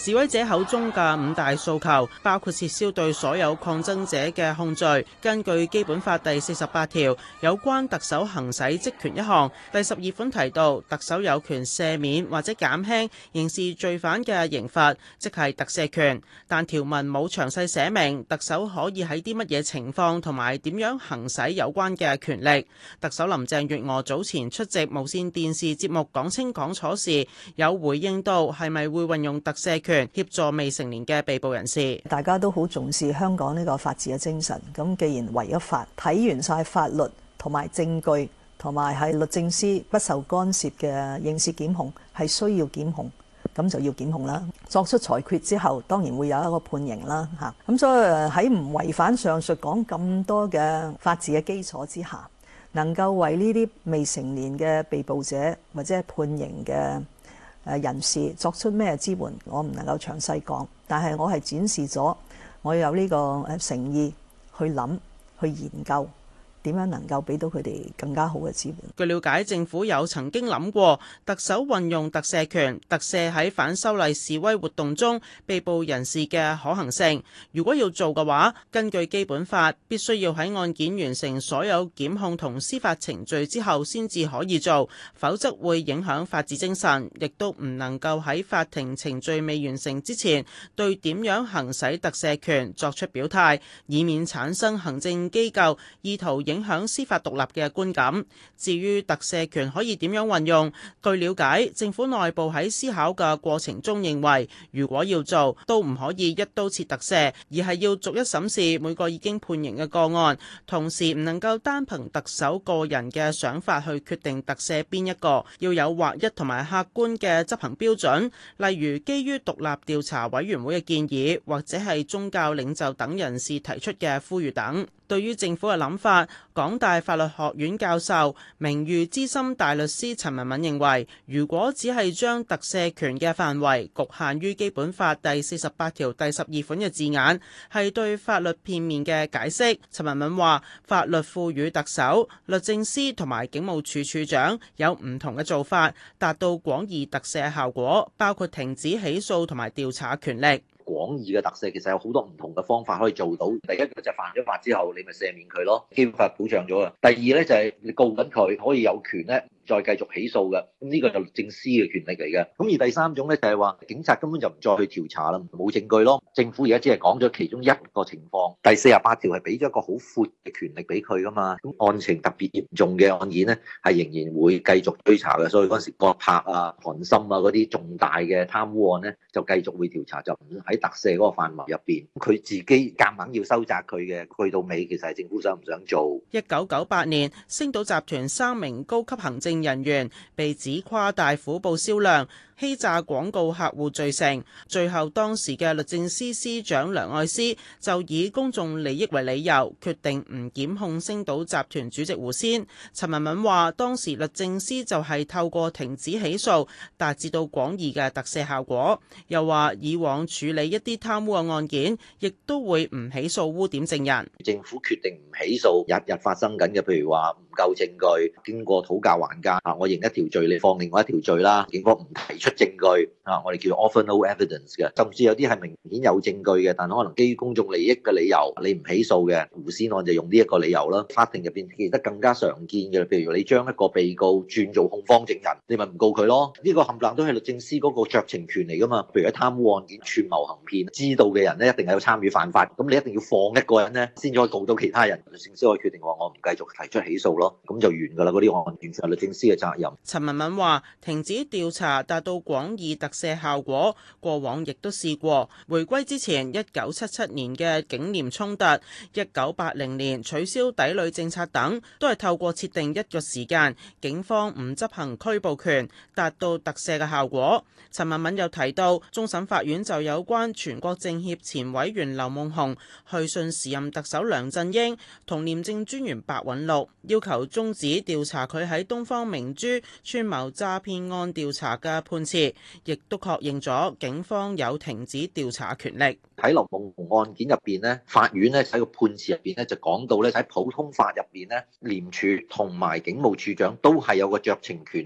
示威者口中嘅五大訴求，包括撤銷對所有抗爭者嘅控罪。根據基本法第48條，有關特首行使職權一項，第12款提到特首有權赦免或者減輕刑事罪犯嘅刑罰，即係特赦權。但條文冇詳細寫明特首可以喺啲乜嘢情況同埋點樣行使有關嘅權力。特首林鄭月娥早前出席無線電視節目講清講楚時，有回應到係咪會運用特赦權協助未成年嘅被捕人士。 大家都好重視香港呢個法治嘅精神，咁既然違咗法，睇完晒法律同埋證據，同埋係律政司不受干涉嘅刑事檢控係需要檢控，咁就要檢控啦。作出裁決之後，當然會有一個判刑啦嚇。咁所以喺唔違反上述講咁多嘅法治嘅基礎之下，能夠為呢啲未成年嘅被捕者或者係判刑嘅人士作出咩支援，我唔能夠詳細講，但係我係展示咗我有呢個誠意去諗、去研究點樣能夠俾到佢哋更加好嘅支援。 據了解，政府有曾經諗過特首運用特赦權，特赦喺反修例示威活動中被捕人士嘅可行性。如果要做嘅話，根據基本法，必須要喺案件完成所有檢控同司法程序之後先至可以做，否則會影響法治精神，亦都唔能夠喺法庭程序未完成之前對點樣行使特赦權作出表態，以免產生行政機構意圖影響司法獨立嘅觀感。至於特赦權可以點樣運用，據了解，政府內部喺思考嘅過程中認為，如果要做，都唔可以一刀切特赦，而係要逐一審視每個已經判刑嘅個案，同時唔能夠單憑特首個人嘅想法去決定特赦邊一個，要有劃一同埋客觀嘅執行標準，例如基於獨立調查委員會嘅建議，或者係宗教領袖等人士提出嘅呼籲等。對於政府嘅諗法，港大法律學院教授、名譽資深大律師陳文敏認為，如果只係將特赦權嘅範圍局限於基本法第48條第12款嘅字眼，係對法律片面嘅解釋。陳文敏話，法律賦予特首、律政司同埋警務處處長有唔同嘅做法，達到廣義特赦效果，包括停止起訴同埋調查權力。 廣義嘅特赦其實有好多唔同嘅方法可以做到。第一個就係犯咗法之後，你咪赦免佢咯，基本法保障咗啦。第二咧就係你告緊佢，可以有權咧再繼續起訴嘅，咁呢個就律政司嘅權力嚟嘅。咁而第三種咧就係話警察根本就唔再去調查啦，冇證據咯。政府而家只係講咗其中一個情況，第48條係俾咗一個好闊嘅權力俾佢噶嘛。咁案情特別嚴重嘅案件咧，係仍然會繼續追查嘅。所以嗰陣時葛柏啊、韓森啊嗰啲重大嘅貪污案咧，就繼續會調查，就唔喺特赦嗰個範圍入邊。佢自己夾硬要收窄佢嘅，去到尾其實係政府想唔想做。 1998年，星島集團3名高級行政人員被指誇大虎報銷量、欺詐廣告客戶罪成，最後當時嘅律政司司長梁愛詩就以公眾利益為理由，決定唔檢控星島集團主席胡仙。陳文敏話，當時律政司就係透過停止起訴，達至到廣義嘅特赦效果。又話以往處理一啲貪污嘅案件，亦都會唔起訴污點證人。 政府決定唔起訴日日發生緊嘅，譬如話唔夠證據，經過討價還價啊，我認一條罪，你放另外一條罪啦。警方唔提出證據啊，我哋叫 offer no evidence 嘅，甚至有啲係明顯有證據嘅，但可能基於公眾利益嘅理由，你唔起訴嘅。胡仙案就用呢一個理由啦。法庭入邊其實得更加常見嘅，譬如你將一個被告轉做控方證人，你咪唔告佢咯。呢個冚唪唥都係律政司嗰個酌情權嚟噶嘛。譬如喺貪污案件串謀行騙，知道嘅人咧一定係有參與犯法，咁你一定要放一個人咧先至可以告到其他人，律政司可以決定話我唔繼續提出起訴咯，咁就完㗎啦。嗰啲案件係律政司嘅責任。 陳文敏話：停止調查達到廣義特赦效果，過往亦都試過。回歸之前，1977年嘅警廉衝突，1980年取消抵壘政策等，都係透過設定一個時間，警方唔執行拘捕權，達到特赦嘅效果。陳文敏又提到，終審法院就有關全國政協前委員劉夢熊去信時任特首梁振英同廉政專員白韞六，要求終止調查佢喺東方明珠串謀詐騙案調查嘅判詞，亦都確認咗警方有停止調查權力。 喺劉夢熊案件入邊咧，法院咧喺個判詞入邊咧就講到咧，喺普通法入邊咧，廉署同埋警務處長都係有個酌情權去決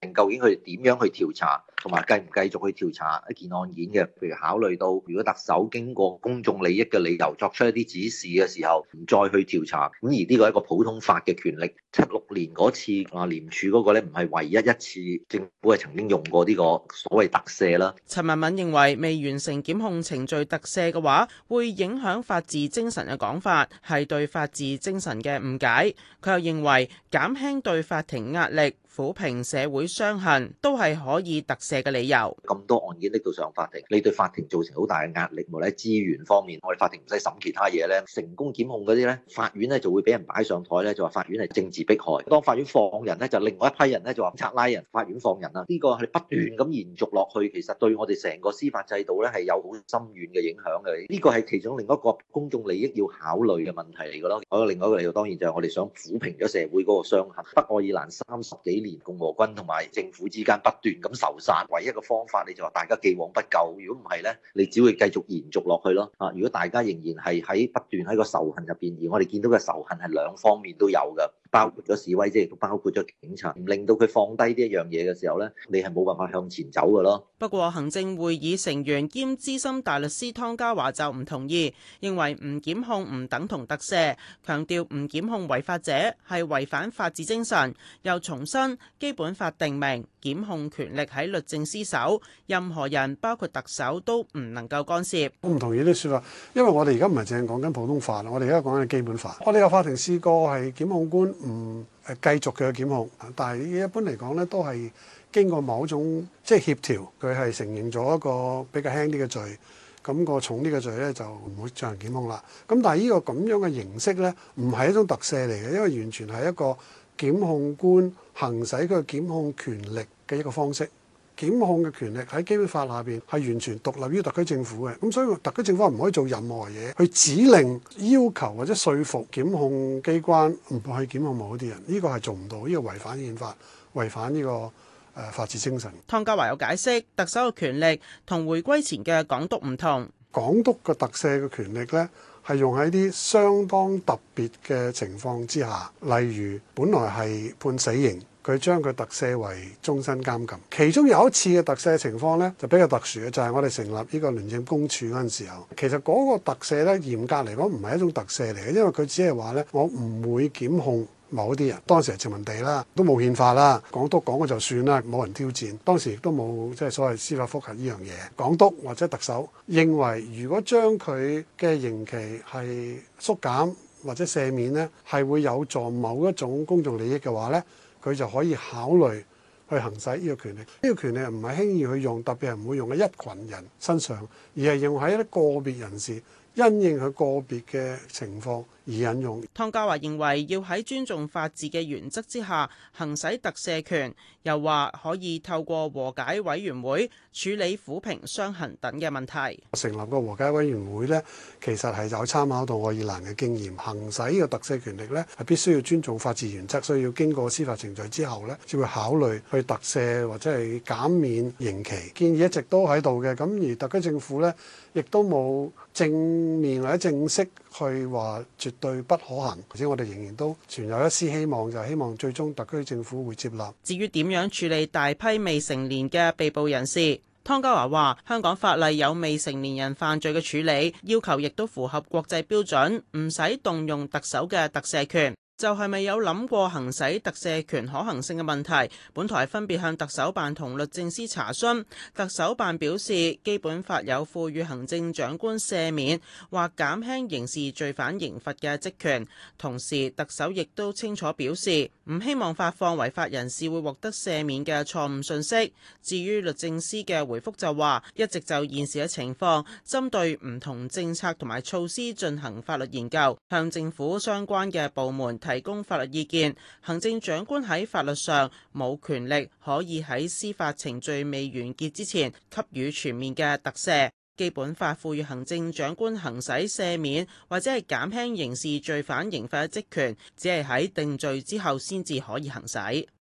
究竟佢哋點樣去調查，同埋繼唔繼續去調查一件案件嘅。譬如考慮到如果特首經過公眾利益嘅理由作出一啲指示嘅時候，唔再去調查，咁而呢個係一個普通法嘅權力。76年嗰次廉署嗰個咧，唔係唯一一次政府係曾經用過呢個所謂特赦啦。 陳文敏認為未完成檢控程序特赦嘅話，會影響法治精神嘅講法，係對法治精神嘅誤解。佢又認為減輕對法庭壓力、撫平社會傷痕都係可以特赦嘅理由。 咁多案件拎到上法庭，你對法庭造成好大嘅壓力，無論喺資源方面，我哋法庭唔使審其他嘢咧，成功檢控嗰啲咧，法院咧就會俾人擺上台咧，就話法院係政治迫害。當法院放人咧，就另外一批人咧就話警察拉人，法院放人啊！呢個係不斷咁延續落去，其實對我哋成個司法制度咧係有好深遠嘅影響嘅。呢個係其中另一個公眾利益要考慮嘅問題嚟嘅咯。另外一個理由當然就係我哋想撫平咗社會嗰個傷痕。北愛爾蘭30幾年共和軍同埋政府之間不斷咁仇殺，唯一嘅方法你就話大家既往不咎。如果唔係咧，你只會繼續延續落去咯。如果大家仍然係喺不斷喺個仇恨入邊，而我哋見到嘅仇恨係兩方面都有嘅，包括咗示威者，亦都包括咗警察，唔令到佢放低呢一樣嘢嘅時候咧，你係冇辦法向前走嘅咯。 不過行政會議成員兼資深大律師湯家驊就唔同意，認為唔檢控唔等同特赦，強調唔檢控違法者係違反法治精神，又重申基本法定明檢控權力喺律政司手，任何人包括特首都唔能夠干涉。 我唔同意啲説法，因為我哋而家唔係淨係講緊普通法，我哋而家講緊基本法。我哋有法庭試過係檢控官唔繼續嘅檢控，但係一般嚟講咧都係經過某種即係協調，佢係承認咗一個比較輕啲嘅罪，咁個重啲嘅罪咧就唔會進行檢控啦。咁但係呢個咁樣嘅形式咧，唔係一種特赦嚟嘅，因為完全係一個檢控官行使佢嘅檢控權力嘅一個方式。檢控嘅權力喺基本法下邊係完全獨立於特區政府嘅，咁所以特區政府唔可以做任何嘢去指令、要求或者說服檢控機關唔去檢控某啲人，呢個係做唔到，呢個違反憲法，違反呢個法治精神。 湯家驊有解釋，特首嘅權力同回歸前嘅港督唔同， 港督嘅特赦嘅權力呢，係用喺啲相當特別嘅情況之下，例如本來係判死刑，佢將佢特赦為終身監禁。其中有一次嘅特赦情況呢，就比較特殊嘅，就係我哋成立呢個廉政公署嗰陣時候。其實嗰個特赦呢，嚴格嚟講唔係一種特赦嚟嘅，因為佢只係話呢：「我唔會檢控某啲人。」當時係殖民地啦，都冇憲法啦，港督講嘅就算啦，冇人挑戰。當時亦都冇即係所謂司法覆核呢樣嘢。港督或者特首認為，如果將佢嘅刑期係縮減或者赦免呢，係會有助某一種公眾利益嘅話呢，佢就可以考慮去行使呢個權力。呢個權力唔係輕易去用，特別係唔會用喺一群人身上，而係用喺一啲個別人士，因應佢個別嘅情況而引用。 湯家驊認為要喺尊重法治嘅原則之下行使特赦權，又話可以透過和解委員會處理撫平傷痕等嘅問題。 成立個和解委員會呢，其實係有參考到愛爾蘭嘅經驗，行使呢個特赦權力呢，係必須要尊重法治原則，所以要經過司法程序之後呢，先會考慮去特赦或者係減免刑期。建議一直都喺度嘅，咁而特區政府呢，亦都冇正面或者正式去話絕對不可行，而且我哋仍然都存有一絲希望，就係希望最終特區政府會接納。 至於點樣處理大批未成年嘅被捕人士，湯家驊話香港法例有未成年人犯罪嘅處理要求，亦都符合國際標準，唔使動用特首嘅特赦權。就係咪有諗過行使特赦權可行性嘅問題，本台分別向特首辦同律政司查詢。特首辦表示，基本法有賦予行政長官赦免或減輕刑事罪犯刑罰嘅職權，同時特首亦都清楚表示唔希望發放違法人士會獲得赦免嘅錯誤信息。至於律政司嘅回覆就話，一直就現時嘅情況，針對唔同政策同埋措施進行法律研究，向政府相關嘅部門提供法律意見。行政長官喺法律上冇權力可以喺司法程序未完結之前給予全面嘅特赦。基本法賦予行政長官行使赦免或者係減輕刑事罪犯刑罰嘅職權，只係喺定罪之後先至可以行使。